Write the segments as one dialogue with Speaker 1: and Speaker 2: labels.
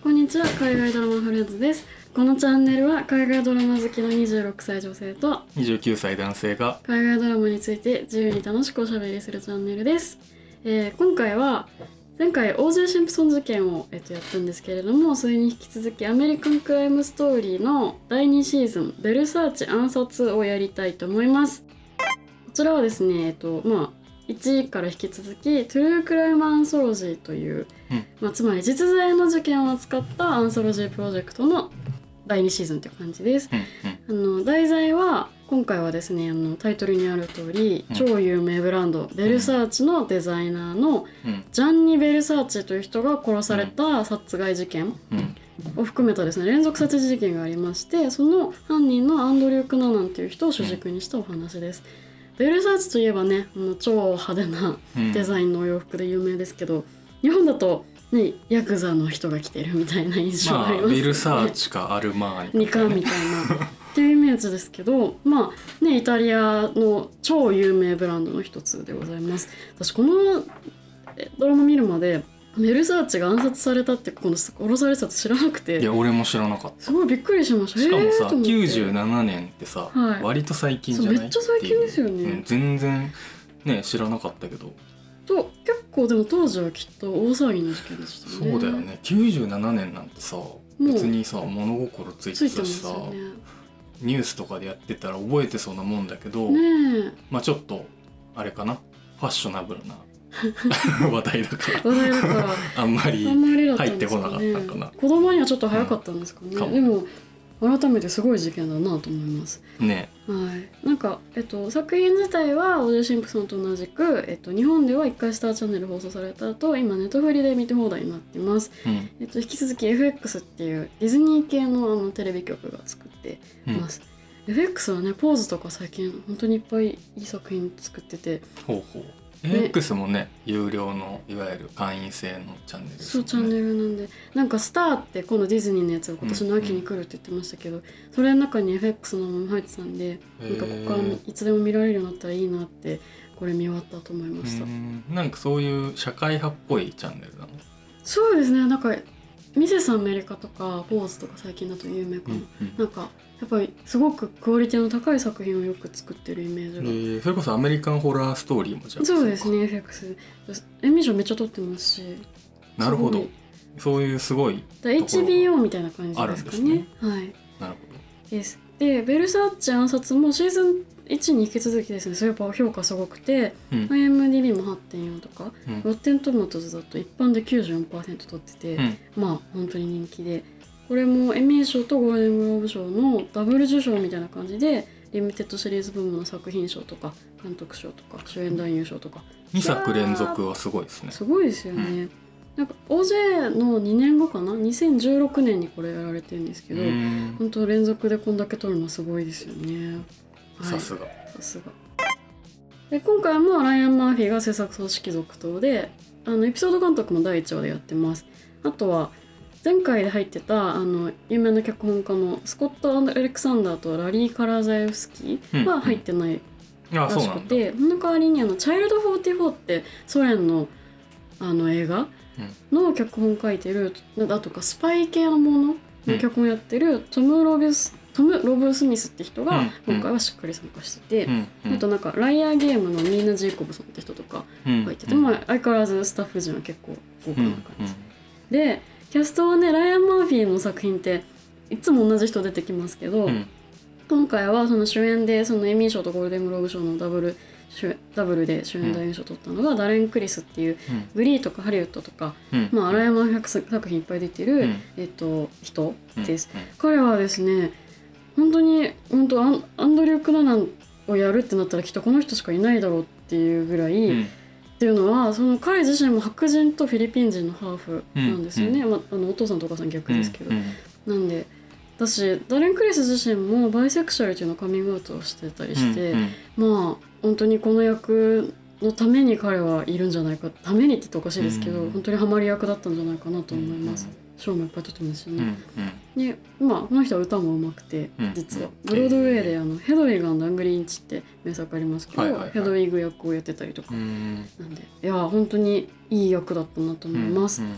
Speaker 1: こんにちは、海外ドラマフレンズです。このチャンネルは海外ドラマ好きの26歳女性と
Speaker 2: 29歳男性が
Speaker 1: 海外ドラマについて自由に楽しくおしゃべりするチャンネルです。今回は前回 OJ シンプソン事件を、やったんですけれども、それに引き続きアメリカンクライムストーリーの第2シーズンベルサーチ暗殺をやりたいと思います。こちらはですね、1位から引き続きトゥルークライムアンソロジーという、つまり実在の事件を扱ったアンソロジープロジェクトの第2シーズンという感じです。題材は今回はですね、タイトルにある通り、超有名ブランドベルサーチのデザイナーのジャンニ・ベルサーチという人が殺された殺害事件を含めたですね、連続殺人事件がありまして、その犯人のアンドリュー・クナナンという人を主軸にしたお話です。ベルサーチといえばね、超派手なデザインのお洋服で有名ですけど、日本だとね、ヤクザの人が着てるみたいな印象がありますよね。
Speaker 2: ベルサーチかアルマーニ
Speaker 1: かみたいなっていうイメージですけど、イタリアの超有名ブランドの一つでございます。私このドラマ見るまでベルサーチが暗殺されたって、この殺されてたって知らなくて、
Speaker 2: いや俺も知らなかった。
Speaker 1: すごいびっくりしました。
Speaker 2: しかもさ、97年ってさ、割と最近じゃない？
Speaker 1: めっちゃ最近ですよね。
Speaker 2: 全然ね知らなかったけど。
Speaker 1: 結構でも当時はきっと大騒ぎの事件でしたね。
Speaker 2: そうだよね。97年なんてさ、別にさ物心ついてたしさ、ニュースとかでやってたら覚えてそうなもんだけど、ちょっとあれかな、ファッショナブルな話題だからあんまり入ってこなかったかな。
Speaker 1: 子供にはちょっと早かったんですかね。でも改めてすごい事件だなと思います
Speaker 2: ね。
Speaker 1: 作品自体はオージェ・シンプソンと同じく、日本では1回スターチャンネル放送された後、今ネットフリで見て放題になってます。引き続き FX っていうディズニー系のテレビ局が作ってます。FX はね、ポーズとか最近本当にいっぱいいい作品作ってて。
Speaker 2: FX もね、有料のいわゆる会員制のチャンネルですね。
Speaker 1: そう、チャンネルなんで、スターって今度ディズニーのやつが今年の秋に来るって言ってましたけど、それの中に FX のもの入ってたんで、ここからいつでも見られるようになったらいいなってこれ見終わったと思いました。
Speaker 2: そういう社会派っぽいチャンネルなの？
Speaker 1: そうですね。ミセスアメリカとかポーズとか最近だと有名かも。やっぱりすごくクオリティの高い作品をよく作ってるイメージが、
Speaker 2: それこそアメリカンホラーストーリーもじゃあ
Speaker 1: そうですね。 FX エミー賞めっちゃ取ってますし。
Speaker 2: なるほど。そういうすごい
Speaker 1: HBO みたいな感じですかね。
Speaker 2: あるんですね。
Speaker 1: はい。
Speaker 2: なるほど
Speaker 1: です。でベルサーチ暗殺もシーズン1に引き続きですね、そういえば評価すごくて、IMDB も 8.4 とか、ロッテントマトズだと一般で 94% 取ってて、本当に人気で、これもエミー賞とゴールデングローブ賞のダブル受賞みたいな感じで、リミテッドシリーズ部門の作品賞とか監督賞とか主演男優賞とか
Speaker 2: 2作連続はすごいですね。
Speaker 1: すごいですよね。OJ の2年後かな、2016年にこれやられてるんですけど、本当連続でこんだけ撮るのすごいですよね。
Speaker 2: さすが。
Speaker 1: で今回もライアン・マーフィーが制作組織続投で、エピソード監督も第1話でやってます。あとは前回で入ってた有名な脚本家のスコット・アレクサンダーとラリー・カラーザエフスキーは入ってないらしくて、その代わりにチャイルド44ってソ連の映画の脚本書いてる、あとかスパイ系のものの脚本やってるトム・ロブ・スミスって人が今回はしっかり参加してて、あとライアーゲームのミーナ・ジェイコブソンって人とか書いてて、相変わらずスタッフ陣は結構豪華な感じで、キャストはね、ライアン・マーフィーの作品っていつも同じ人出てきますけど、今回はその主演でそのエミー賞とゴールデングローブ賞のダブルで主演男優賞を取ったのがダレン・クリスっていう、グリーとかハリウッドとか、ライアン・マーフィー作品いっぱい出てる、人です。彼はですね、本当アンドリュー・クナナンをやるってなったらきっとこの人しかいないだろうっていうぐらい、っていうのはその彼自身も白人とフィリピン人のハーフなんですよね。お父さんとお母さん逆ですけど、なんで私ダレン・クリス自身もバイセクシャルっていうのをカミングアウトしてたりして、本当にこの役のために彼はいるんじゃないか、ためにって言っておかしいですけど、本当にハマり役だったんじゃないかなと思います。賞もいっぱい取ってますしね。でこの人は歌も上手くて、実はブロードウェイでヘドウィグ&アングリーンチって名作ありますけど、ヘドウィグ役をやってたりとかなんで、いや本当にいい役だったなと思います。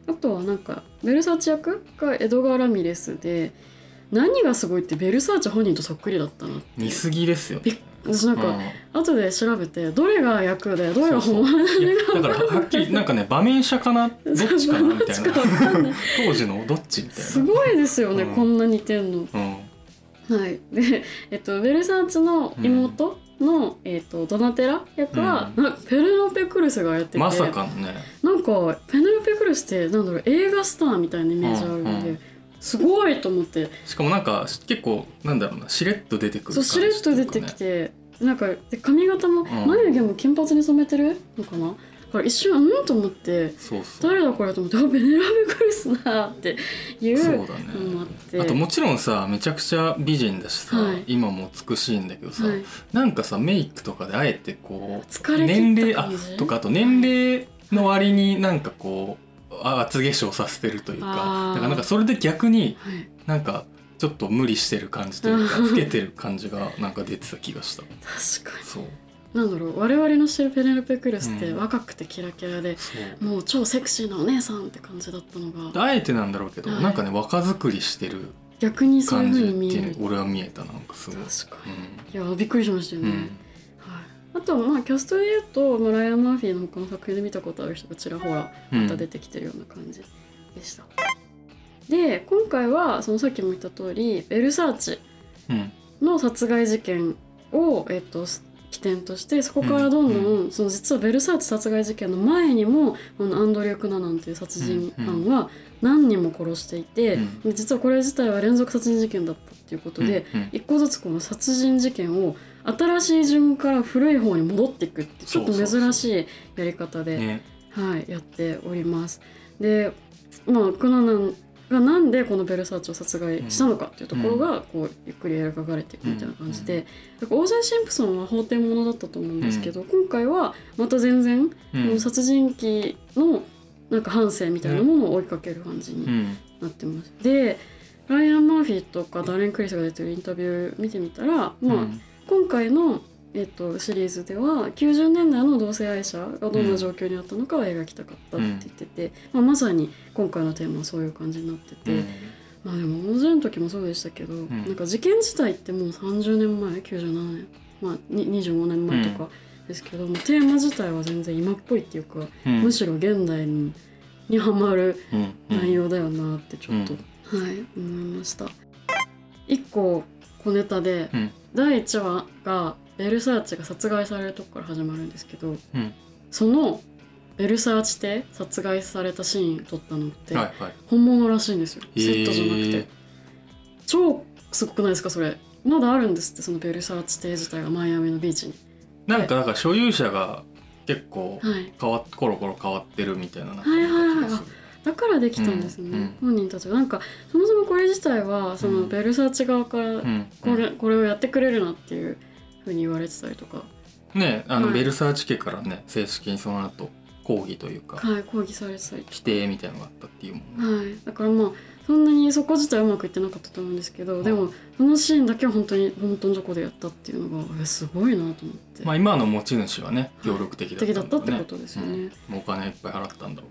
Speaker 1: あとはなんかベルサーチ役がエドガー・ラミレスで、何がすごいってベルサーチ本人とそっくりだったなって。
Speaker 2: 似すぎですよね。
Speaker 1: 私なんか、後で調べてどれが役でどれが本物
Speaker 2: だからはっきりなんかね場面者かなどっちかなみたいな当時のどっちみたいな。
Speaker 1: すごいですよね、こんな似てんの。はい。で、ベルサーチの妹の、ドナテラ役は、ペネロペ・クルスがやってて、
Speaker 2: まさかのね。
Speaker 1: なんかペネロペ・クルスってなんだろう、映画スターみたいなイメージあるので、すごいと思って。し
Speaker 2: かもなんか結構なんだろうな、しれっと出てくる感じ、
Speaker 1: そう、しれっと出てきて、なんかで髪型も眉毛も金髪に染めてるのかな。だから一瞬と思って、誰だこれと思って、ベネロペ・クルスだっていうのもあって、
Speaker 2: あともちろんさめちゃくちゃ美人だしさ、今も美しいんだけどさ、なんかさメイクとかであえてこう年齢とか、あと年齢の割になんかこう厚化粧させてるというか、だからなんかそれで逆になんかちょっと無理してる感じというか老けてる感じがなんか出てた気がした。
Speaker 1: 確かに。
Speaker 2: そう
Speaker 1: なんだろう、我々の知るペネロペ・クルスって若くてキラキラで、もう超セクシーなお姉さんって感じだったのが、
Speaker 2: あえてなんだろうけど、なんかね若作りしてる
Speaker 1: 逆にそういう風に見える。
Speaker 2: 俺は見えた。なんかすごい
Speaker 1: 確かに、いやびっくりしましたよね。あとはまあキャストで言うと、ライアン・マーフィーの他の作品で見たことある人がちらほらまた出てきてるような感じでした。で今回はそのさっきも言った通りベルサーチの殺害事件を、起点として、そこからどんどんその実はベルサーチ殺害事件の前にもアンドリュー・クナナンという殺人犯は何人も殺していて、実はこれ自体は連続殺人事件だったっていうことで、一個ずつこの殺人事件を新しい順から古い方に戻っていくってちょっと珍しいやり方でやっております。で、クナナンがなんでこのベルサーチを殺害したのかっていうところがこうゆっくり描かれていくみたいな感じで、だからオージェイ・シンプソンは法廷者だったと思うんですけど、今回はまた全然殺人鬼のなんか反省みたいなものを追いかける感じになってます。でライアン・マーフィーとかダーレン・クリスが出てるインタビュー見てみたら、今回のシリーズでは90年代の同性愛者がどんな状況にあったのかを描きたかったって言ってて、まさに今回のテーマはそういう感じになってて、でも大勢の時もそうでしたけど、なんか事件自体ってもう30年前97年、25年前とかですけども、テーマ自体は全然今っぽいっていうか、むしろ現代にハマる内容だよなってちょっと、思いました。一個小ネタで、第1話がベルサーチが殺害されるとこから始まるんですけど、そのベルサーチ邸殺害されたシーン撮ったのって本物らしいんですよ、セットじゃなくて。超すごくないですかそれ。まだあるんですって、そのベルサーチ邸自体がマイアミのビーチに。
Speaker 2: なんかだから所有者が結構コロコロ変わってるみたいな。
Speaker 1: だからできたんですね、本人たちが。なんかそもそもこれ自体はそのベルサーチ側からこれをやってくれるなっていう風に言われてたりとか
Speaker 2: ね、ベルサーチ家からね正式にその後抗議というか、
Speaker 1: 抗議されてたり
Speaker 2: 否定みたいなのがあったっていうもんね。
Speaker 1: だからそんなにそこ自体うまくいってなかったと思うんですけど、でもそのシーンだけは本当にそこでやったっていうのがすごいなと思って。
Speaker 2: 今の持ち主はね協力的だった
Speaker 1: ってことですよね。
Speaker 2: もうお金いっぱい払ったんだろ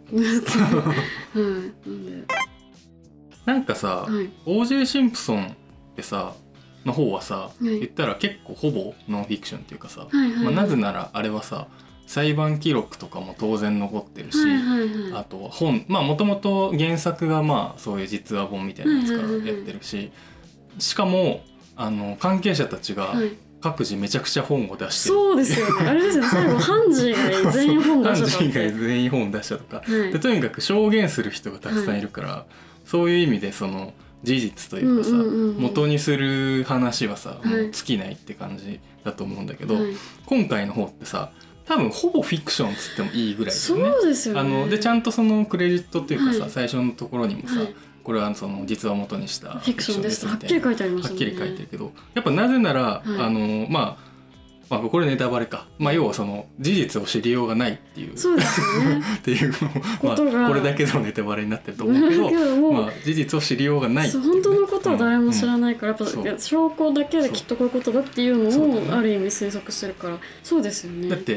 Speaker 2: うなんかさ、OJ シンプソンってさの方はさ、言ったら結構ほぼノンフィクションっていうかさ、なぜならあれはさ裁判記録とかも当然残ってるし、あとは本もともと原作がそういう実話本みたいなやつからやってるし、しかも関係者たちが各自めちゃくちゃ本を出してる。
Speaker 1: そうですよね。あれですよね。最後ハンジ以外全員本出したとか。
Speaker 2: ハンジ以外全員本出したとか、でとにかく証言する人がたくさんいるから、そういう意味でその事実というかさ、元にする話はさ、もう尽きないって感じだと思うんだけど、今回の方ってさ多分ほぼフィクションつってもいいぐらいだよね。
Speaker 1: そうですよね。
Speaker 2: でちゃんとそのクレジットっていうかさ、最初のところにもさ、これはその実話を元にした
Speaker 1: フィクションですはっきり書いてありましたね。
Speaker 2: はっきり書いてるけど、やっぱなぜなら、これネタバレか、要はその事実を知りようがないっていう、
Speaker 1: そうですよね
Speaker 2: っていうこれだけのネタバレになってると思うけど事実を知りようがないっていう、ね、
Speaker 1: 本当のことは誰も知らないから、やっぱ証拠だけできっとこういうことだっていうのをある意味推測してるから。そうですよね。
Speaker 2: だって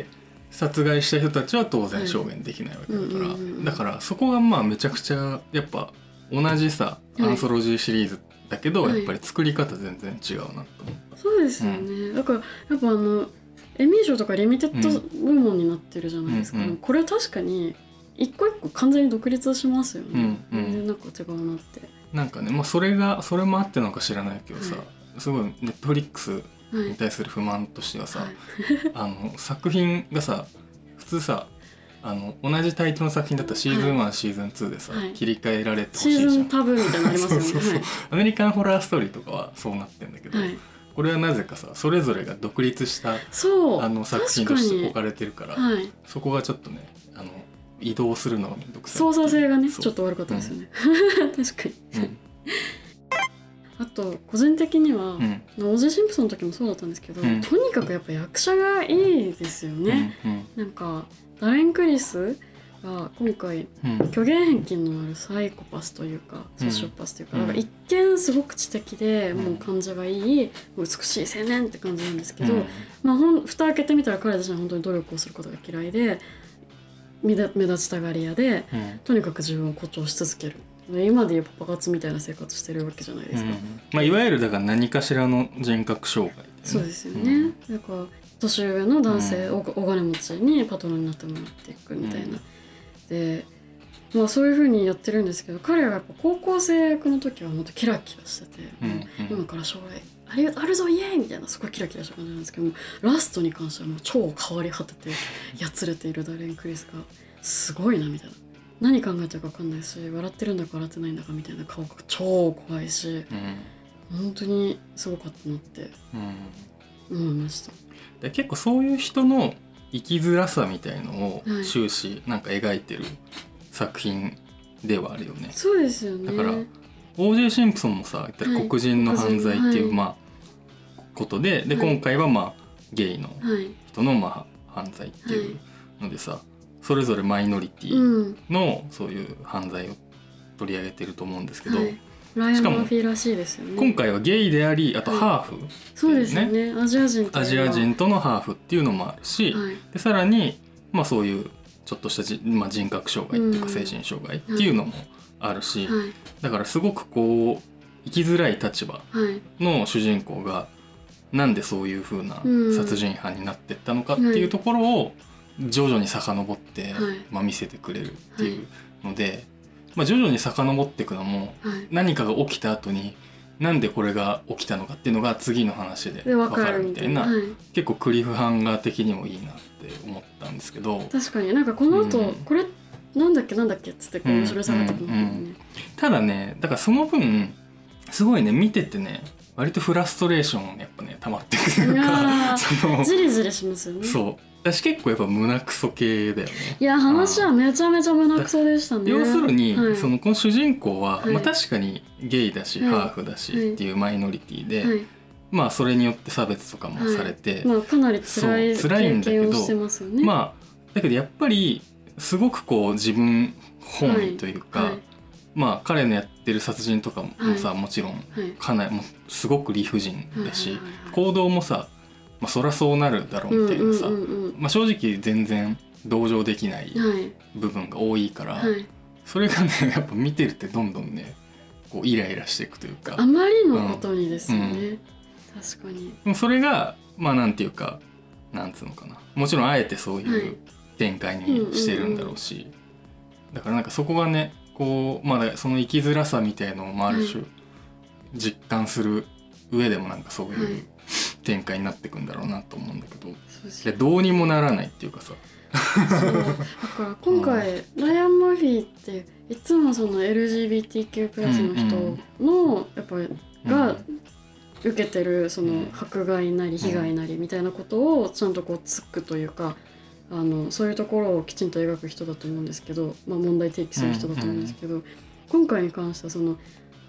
Speaker 2: 殺害した人たちは当然証言できないわけだから、
Speaker 1: はい、
Speaker 2: だからそこがまあめちゃくちゃやっぱ同じさアンソロジーシリーズだけど、やっぱり作り方全然違うなと思った。
Speaker 1: そうですよね、だからやっぱエミー賞とかリミテッド部門になってるじゃないですか、これ確かに一個一個完全に独立しますよね、全然なんか違うなって。
Speaker 2: なんかね、まあ、それもあってなのか知らないけどさ、すごいネットフリックスに対する不満としてはさ、作品がさ普通さ同じタイトルの作品だったらシーズン1、シーズン2でさ、切り替えられてほしいじゃん。
Speaker 1: シーズンタブみたいなのありますよね。
Speaker 2: そうアメリカンホラーストーリーとかはそうなってんだけど、これはなぜかさそれぞれが独立した作品として置かれてるから、そこがちょっとね移動するのがめんどくさい。
Speaker 1: 操作性がねちょっと悪かったですよね、確かに、あと個人的には、オジー・シンプソンの時もそうだったんですけど、とにかくやっぱ役者がいいですよね、なんかダレン・クリスが今回、虚言癖のあるサイコパスというかソシオパスというか、なんか一見すごく知的で、もう感じがいい美しい青年って感じなんですけど、まあ蓋開けてみたら彼たちは本当に努力をすることが嫌いで目立ちたがり屋で、とにかく自分を誇張し続ける。今でいうパパ活みたいな生活してるわけじゃないですか、
Speaker 2: まあ、いわゆるだから何かしらの人格障害、
Speaker 1: そうですよね、だから年上の男性、お金持ちにパトロンになってもらっていくみたいな、で、まあ、そういう風にやってるんですけど、彼はやっぱ高校生役の時はもっとキラキラしてて、今から将来あるぞイエーイみたいなすごいキラキラした感じなんですけども、ラストに関してはもう超変わり果ててやつれているダレン・クリスがすごいなみたいな、何考えてるか分かんないし、笑ってるんだか笑ってないんだかみたいな顔が超怖いし、本当にすごかったなって思いました。
Speaker 2: で結構そういう人の生きづらさみたいのを終始なんか描いてる作品ではあるよね。
Speaker 1: そうですよね。
Speaker 2: だからO.J. シンプソンもさ言ったら黒人の犯罪っていうまあことで、今回はまあゲイの人のまあ犯罪っていうのでさ、それぞれマイノリティのそういう犯罪を取り上げてると思うんですけど、
Speaker 1: ライアン・マーフィーらしいですよね。
Speaker 2: 今回はゲイであり、あとハーフ、
Speaker 1: そうですよね、アジア人
Speaker 2: とのハーフっていうのもあるし、でさらにまあそういうちょっとした人格障害っていうか精神障害っていうのもあるし、だからすごくこう生きづらい立場の主人公がなんでそういう風な殺人犯になってったのかっていうところを徐々に遡って、まあ、見せてくれるっていうので、まあ、徐々に遡っていくのも、何かが起きた後になんでこれが起きたのかっていうのが次の話で分かるみたいな、結構クリフハンガー的にもいいなって思ったんですけど、
Speaker 1: 確かになんかこの後、これなんだっけっつって面白さがあったと思うんだよね。
Speaker 2: ただね、だからその分すごいね見ててね割とフラストレーションやっぱね溜まってくるか
Speaker 1: ジリジリしますよね。
Speaker 2: そう私結構やっぱ胸クソ系だよね。
Speaker 1: いや話はめちゃめちゃ胸クソでしたね。
Speaker 2: 要するに、この主人公は、まあ、確かにゲイだし、ハーフだしっていうマイノリティで、まあそれによって差別とかもされて、
Speaker 1: まあ、かなり辛い経験をしてますよね。
Speaker 2: まあだけどやっぱりすごくこう自分本位というか、まあ彼のやってる殺人とかもさ、もちろんかなりもうすごく理不尽だし、行動もさ、まあ、そりゃそうなるだろうみたいなさ、まあ、正直全然同情できない部分が多いから、それがねやっぱ見てるってどんどんねこうイライラしていくというか、
Speaker 1: あまりのことにですよね、確かに。
Speaker 2: でもそれがまあなんていうかなんつうのかな、もちろんあえてそういう展開にしてるんだろうし、だからなんかそこがねこうまだその生きづらさみたいのもある種実感する上でもなんかそういう展開になっていくんだろうなと思うんだけど、でどうにもならないっていうかさ
Speaker 1: そうだから今回、ライアン・マーフィーっていつもその LGBTQ+ の人のやっぱりが受けてるその迫害なり被害なりみたいなことをちゃんとこうつくというか、そういうところをきちんと描く人だと思うんですけど、まあ、問題提起する人だと思うんですけど、今回に関してはその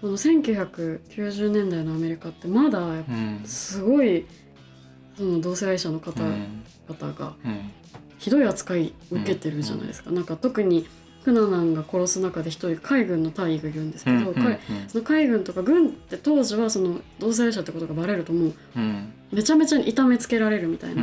Speaker 1: 1990年代のアメリカってまだすごいその同性愛者の方々がひどい扱い受けてるじゃないですか。なんか特にクナナンが殺す中で一人海軍の大尉がいるんですけど、その海軍とか軍って当時はその同性愛者ってことがバレるともうめちゃめちゃ痛めつけられるみたいな。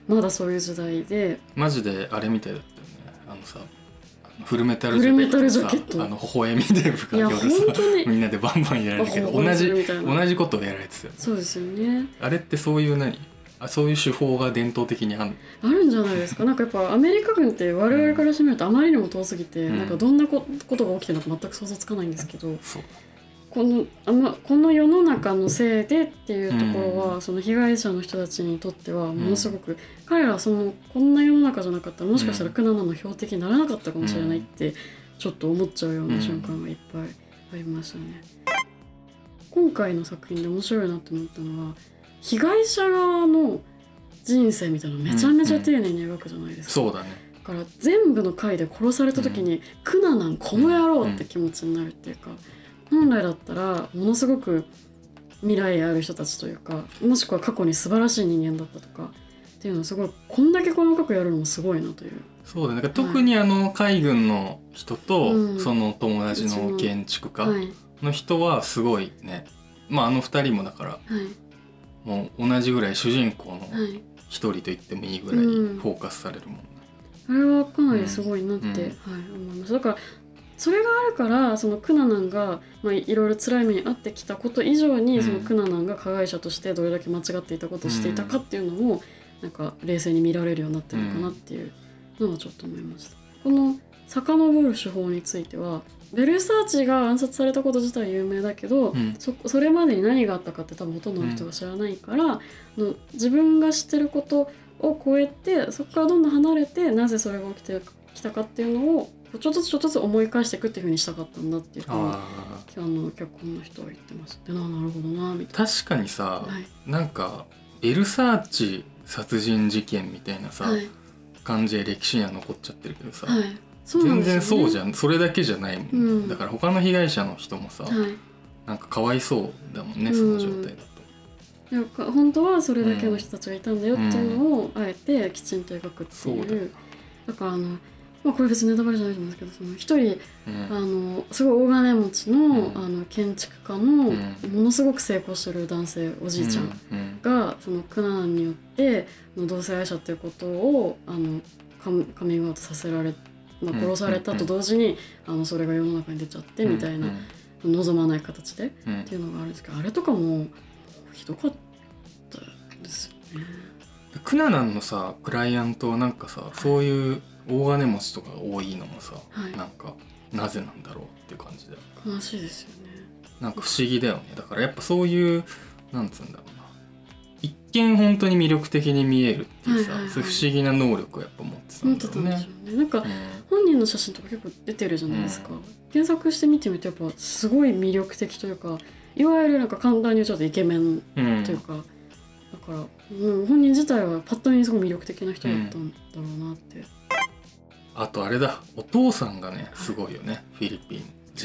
Speaker 1: まだそういう時代で
Speaker 2: マジであれみたいだったよね。さフルメタル
Speaker 1: ジャケット
Speaker 2: 微笑みデブが夜さみんなでバンバンやられるけど同じことをやられてたよね。
Speaker 1: そうですよね。
Speaker 2: あれってそういうそういう手法が伝統的にあ
Speaker 1: るんじゃないですか。なんかやっぱアメリカ軍って我々からしてみるとあまりにも遠すぎて、なんかどんなことが起きてるのか全く想像つかないんですけど、この世の中のせいでっていうところは、その被害者の人たちにとってはものすごく、彼らはこんな世の中じゃなかったらもしかしたらクナナの標的にならなかったかもしれないってちょっと思っちゃうような瞬間がいっぱいありましたね。今回の作品で面白いなって思ったのは被害者側の人生みたいなのめちゃめちゃ丁寧に描くじゃないですか。
Speaker 2: そうだね。
Speaker 1: だから全部の回で殺された時に、クナナンこの野郎って気持ちになるっていうか、本来だったらものすごく未来ある人たちというか、もしくは過去に素晴らしい人間だったとかっていうのはすごいこんだけ細かくやるのもすごいなという。
Speaker 2: そうだね。特に海軍の人と、その友達の建築家の人はすごいね。まあ2人もだから、もう同じぐらい主人公の一人と言ってもいいぐらいフォーカスされるもんね。
Speaker 1: あれはかなりすごいなって、思います。だからそれがあるからそのクナナンがいろいろ辛い目に遭ってきたこと以上に、そのクナナンが加害者としてどれだけ間違っていたことをしていたかっていうのも、なんか冷静に見られるようになってるのかなっていうのはちょっと思いました。この遡る手法についてはベルサーチが暗殺されたこと自体は有名だけど、それまでに何があったかって多分ほとんどの人が知らないから、自分が知ってることを超えてそこからどんどん離れてなぜそれが起きてきたかっていうのをちょっとずつ思い返していくっていう風にしたかったんだっていうふうに脚本の人は言ってます。でなるほどなみたいな。
Speaker 2: 確かにさ、なんかベルサーチ殺人事件みたいなさ、感じで歴史には残っちゃってるけどさ、全然そうじゃん、それだけじゃないもん、だから他の被害者の人もさ、なんかかわいそうだもんね、その状態だ
Speaker 1: と。本当はそれだけの人たちがいたんだよっていうのをあえてきちんと描くっていう。だからこれ別にネタバレじゃないと思うんですけど、その一人、すごい大金持ちの、建築家のものすごく成功してる男性おじいちゃんが、そのクナナンによって同性愛者っていうことをカミングアウトさせられ殺されたと同時に、それが世の中に出ちゃってみたいな、望まない形で、っていうのがあるんですけど、あれとかもひどかったですよね。
Speaker 2: クナナンのさクライアントはなんかさ、そういう大金持ちとかが多いのもさ、なんかなぜなんだろうっていう感じで
Speaker 1: 悲しいですよね。
Speaker 2: なんか不思議だよね。だからやっぱそういうなんつうんだろうな、一見本当に魅力的に見えるっていうさ、そういう不思議な能力をやっぱ持ってたんだろうね。
Speaker 1: なんか、本人の写真とか結構出てるじゃないですか、検索してみてみるとやっぱすごい魅力的というか、いわゆるなんか簡単に言うとイケメンというか、だから、本人自体はパッと見すごい魅力的な人だったんだろうなって。
Speaker 2: あとあれだ、お父さんがねすごいよね、フィリピン人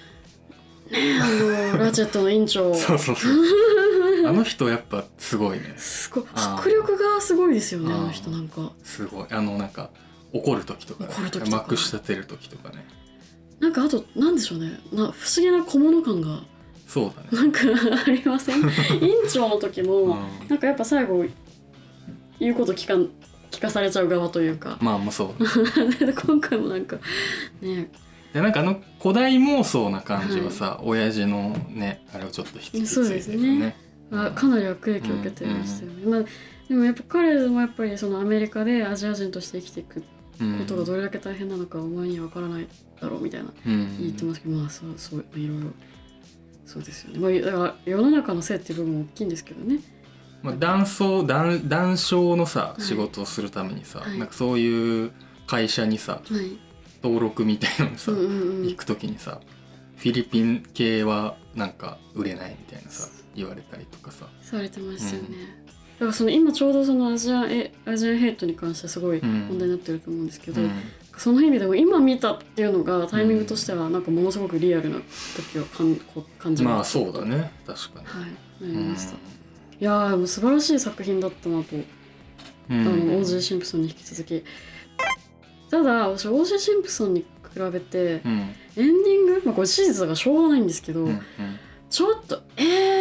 Speaker 1: のラチェットの院長
Speaker 2: そうあの人やっぱすごいね。
Speaker 1: すごい迫力がすごいですよね。あの人なんか
Speaker 2: すごい、なんか怒る時とか、まくし立てる時とかね。
Speaker 1: なんかあとなんでしょうね、不思議な小物感が
Speaker 2: そうだね、
Speaker 1: なんかありません？院長の時もなんかやっぱ最後言うこと聞かされちゃう側というか、
Speaker 2: まあそうだ
Speaker 1: 今回もなんかね、
Speaker 2: でなんか古代妄想な感じはさ、親父のねあれをちょっと引き継いでるよね。
Speaker 1: かなり悪影響を受けてましたよね。でもやっぱ彼もやっぱりそのアメリカでアジア人として生きていくことがどれだけ大変なのかお前には分からないだろうみたいな言ってますけど、そういろいろそうですよね。だから世の中のせいっていう部分も大きいんですけどね。
Speaker 2: 談笑のさ仕事をするためにさ、なんかそういう会社にさ、登録みたいなのにさ、行く時にさ、フィリピン系はなんか売れないみたいなさ言われたりとかさ
Speaker 1: れてましたよね。だから今ちょうどそのアジアンヘイトに関してすごい問題になってると思うんですけど、その意味でも今見たっていうのがタイミングとしてはなんかものすごくリアルな時を感じま
Speaker 2: した。そうだね、確か
Speaker 1: に。なりました。いやー素晴らしい作品だったなと、OJ シンプソンに引き続き。ただ私 OJ シンプソンに比べて、エンディング、これ史実だからしょうがないんですけど、ちょっとって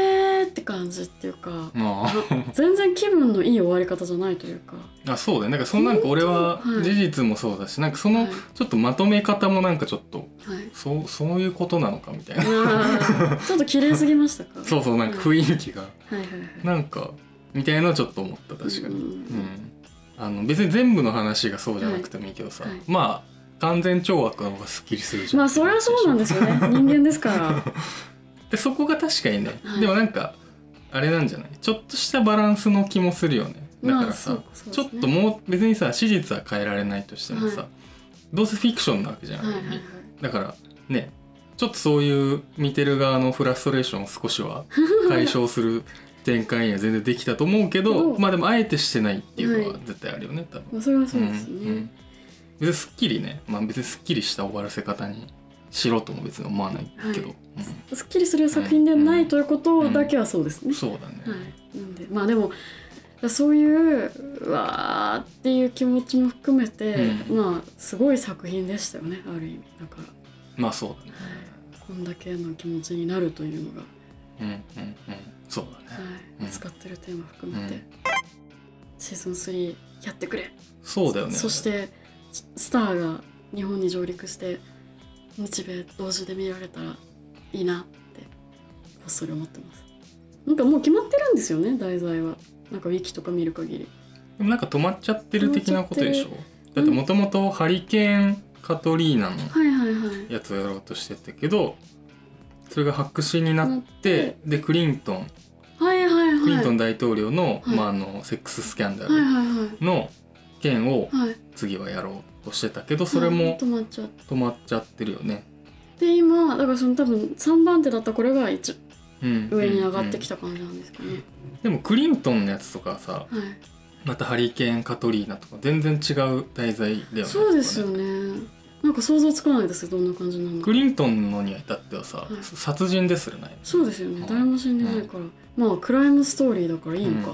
Speaker 1: って感じっていうか
Speaker 2: あ
Speaker 1: 全然気分のいい終わり方じゃないというか
Speaker 2: あ、そうだよ。なんかそのなんか俺は事実もそうだし、なんかそのちょっとまとめ方もなんかちょっと、そういうことなのかみたいな
Speaker 1: ちょっと綺麗すぎましたか
Speaker 2: そうなんか雰囲気がなんかみたいなのをちょっと思った。確かに、別に全部の話がそうじゃなくてもいいけどさ、まあ完全懲悪の方がすっきりするじゃん。
Speaker 1: まあそれはそうなんですよね人間ですから
Speaker 2: でそこが確かにね、でもなんかあれなんじゃない、ちょっとしたバランスの気もするよね。だからさ、ちょっともう別にさ史実は変えられないとしてもさ、どうせフィクションなわけじゃん、だからね、ちょっとそういう見てる側のフラストレーションを少しは解消する展開には全然できたと思うけどまあでもあえてしてないっていうのは絶対あるよね、多分。
Speaker 1: それはそうですね、
Speaker 2: 別にすっきりね、別にすっきりした終わらせ方にしろとも別に思わないけど、
Speaker 1: すっきりする作品ではないということだけはそうですね、
Speaker 2: そうだね、
Speaker 1: なんでまあでもそういううわーっていう気持ちも含めて、まあすごい作品でしたよね、ある意味。だから
Speaker 2: まあそうだね、
Speaker 1: こんだけの気持ちになるというのが
Speaker 2: そうだね、
Speaker 1: 使ってるテーマ含めて、シーズン3やってくれ。
Speaker 2: そうだよね。
Speaker 1: そしてスターが日本に上陸して日米同時で見られたらいいなってこっそり思ってます。なんかもう決まってるんですよね、題材は。なんかウィキとか見る限り。
Speaker 2: でもなんか止まっちゃってる的なことでしょ。だってもともとハリケーンカトリーナのやつをやろうとしてたけど、それが白紙になってでクリントン大統領の、セックススキャンダルの件を次はやろうとしてたけど、それも止まっちゃってるよね。
Speaker 1: で今だからその多分3番手だったこれが上に上がってきた感じなんですかね。
Speaker 2: でもクリントンのやつとかさ、またハリケーンカトリーナとか全然違う題材だよね。
Speaker 1: そうですよね。なんか想像つかないですよ、どんな感じなのか。
Speaker 2: クリントンのに至ってはさ、殺人ですらない。
Speaker 1: そうですよね、誰も死んでないから、まあクライムストーリーだからいいのか、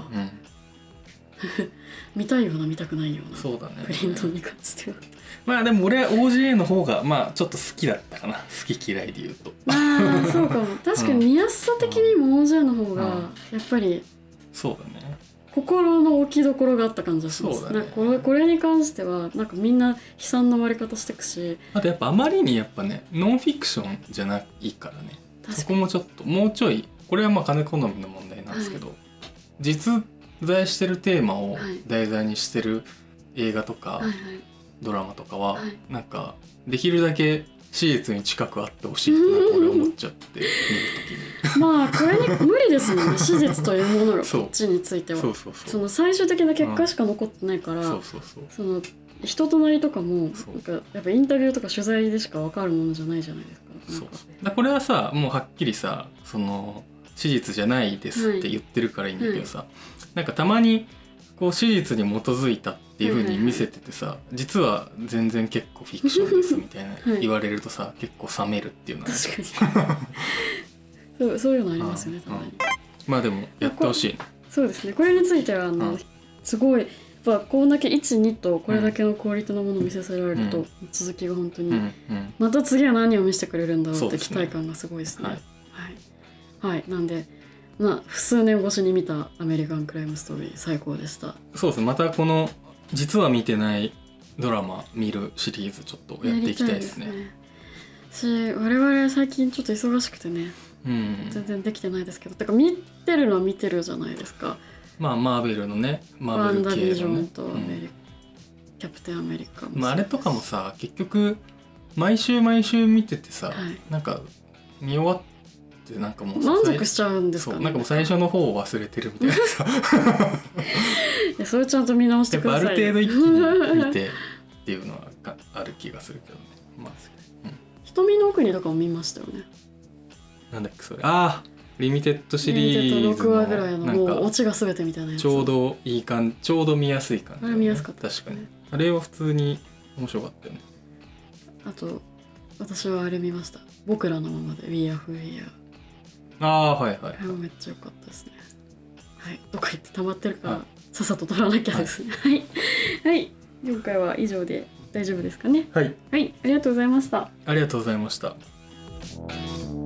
Speaker 1: 見たいような見たくないような。
Speaker 2: そうだね、
Speaker 1: クリントンに関しては
Speaker 2: まあでも俺は OGA の方がまあちょっと好きだったかな、好き嫌いで言うと。
Speaker 1: ああそうかも。確かに見やすさ的にも OGA の方がやっぱり
Speaker 2: そうだね、
Speaker 1: 心の置きどころがあった感じがします。そうだね、これに関してはなんかみんな悲惨な終わり方してくし、
Speaker 2: あとやっぱあまりにやっぱねノンフィクションじゃないからね、そこもちょっともうちょい、これはまあ金好みの問題なんですけど、実在してるテーマを題材にしてる映画とかドラマとかはなんかできるだけ史実に近くあってほしいって俺思っちゃって見るときに
Speaker 1: まあこれに無理ですもんね史実というものがこっちについては。その最終的な結果しか残ってないから、その人となりとかもなんかやっぱインタビューとか取材でしか分かるものじゃないじゃないですか。
Speaker 2: だこれはさもうはっきりさその史実じゃないですって言ってるからいいんだけどさ、なんかたまにこう史実に基づいたっていう風に見せててさ、実は全然結構フィクションですみたいな言われるとさ、結構冷めるっていうのは
Speaker 1: 確かにそういうのありますよね、たまに。
Speaker 2: まあでもやってほしい。
Speaker 1: そうですね、これについてはすごいやっぱこんだけ 1,2 とこれだけのクオリティのものを見せられると、続きが本当に、また次は何を見せてくれるんだろうって期待感がすごいですね。はい、なんで数年越しに見たアメリカンクライムストーリー最高でした。そうですね、
Speaker 2: またこの実は見てないドラマ見るシリーズちょっとやっていきたいですね。
Speaker 1: 我々最近ちょっと忙しくてね、全然できてないですけど、だから見てるのは見てるじゃないですか。
Speaker 2: まあマーベルのね、マーベル系のね、ワンダービジョンとキャプテンアメリカも、あれとかもさ結局毎週見ててさ、なんか見終わってなんかもう
Speaker 1: 満足しちゃうんですかね。
Speaker 2: なんかもう最初の方を忘れてるみたいなさ
Speaker 1: いやそれちゃんと見直してください。
Speaker 2: やっぱある程度一気に見てっていうのはある気がするけどね。まあ
Speaker 1: 瞳の奥にとかも見ましたよね。
Speaker 2: なんだっけそれ、リミテッドシリーズ
Speaker 1: 6話ぐらいのもうオチが全てみたいなやつ、
Speaker 2: ちょうどいい感じ、ちょうど見やすい感じ、
Speaker 1: あれ見やすかった、
Speaker 2: 確かにあれは普通に面白かったよね。
Speaker 1: あと私はあれ見ました、僕らのままで We Are Who We Are。
Speaker 2: はい。
Speaker 1: あれもめっちゃ良かったですね。はい、どっか行って溜まってるからさっさと撮らなきゃですね。はい、今回は以上で大丈夫ですかね。
Speaker 2: はい、
Speaker 1: ありがとうございました。
Speaker 2: ありがとうございました。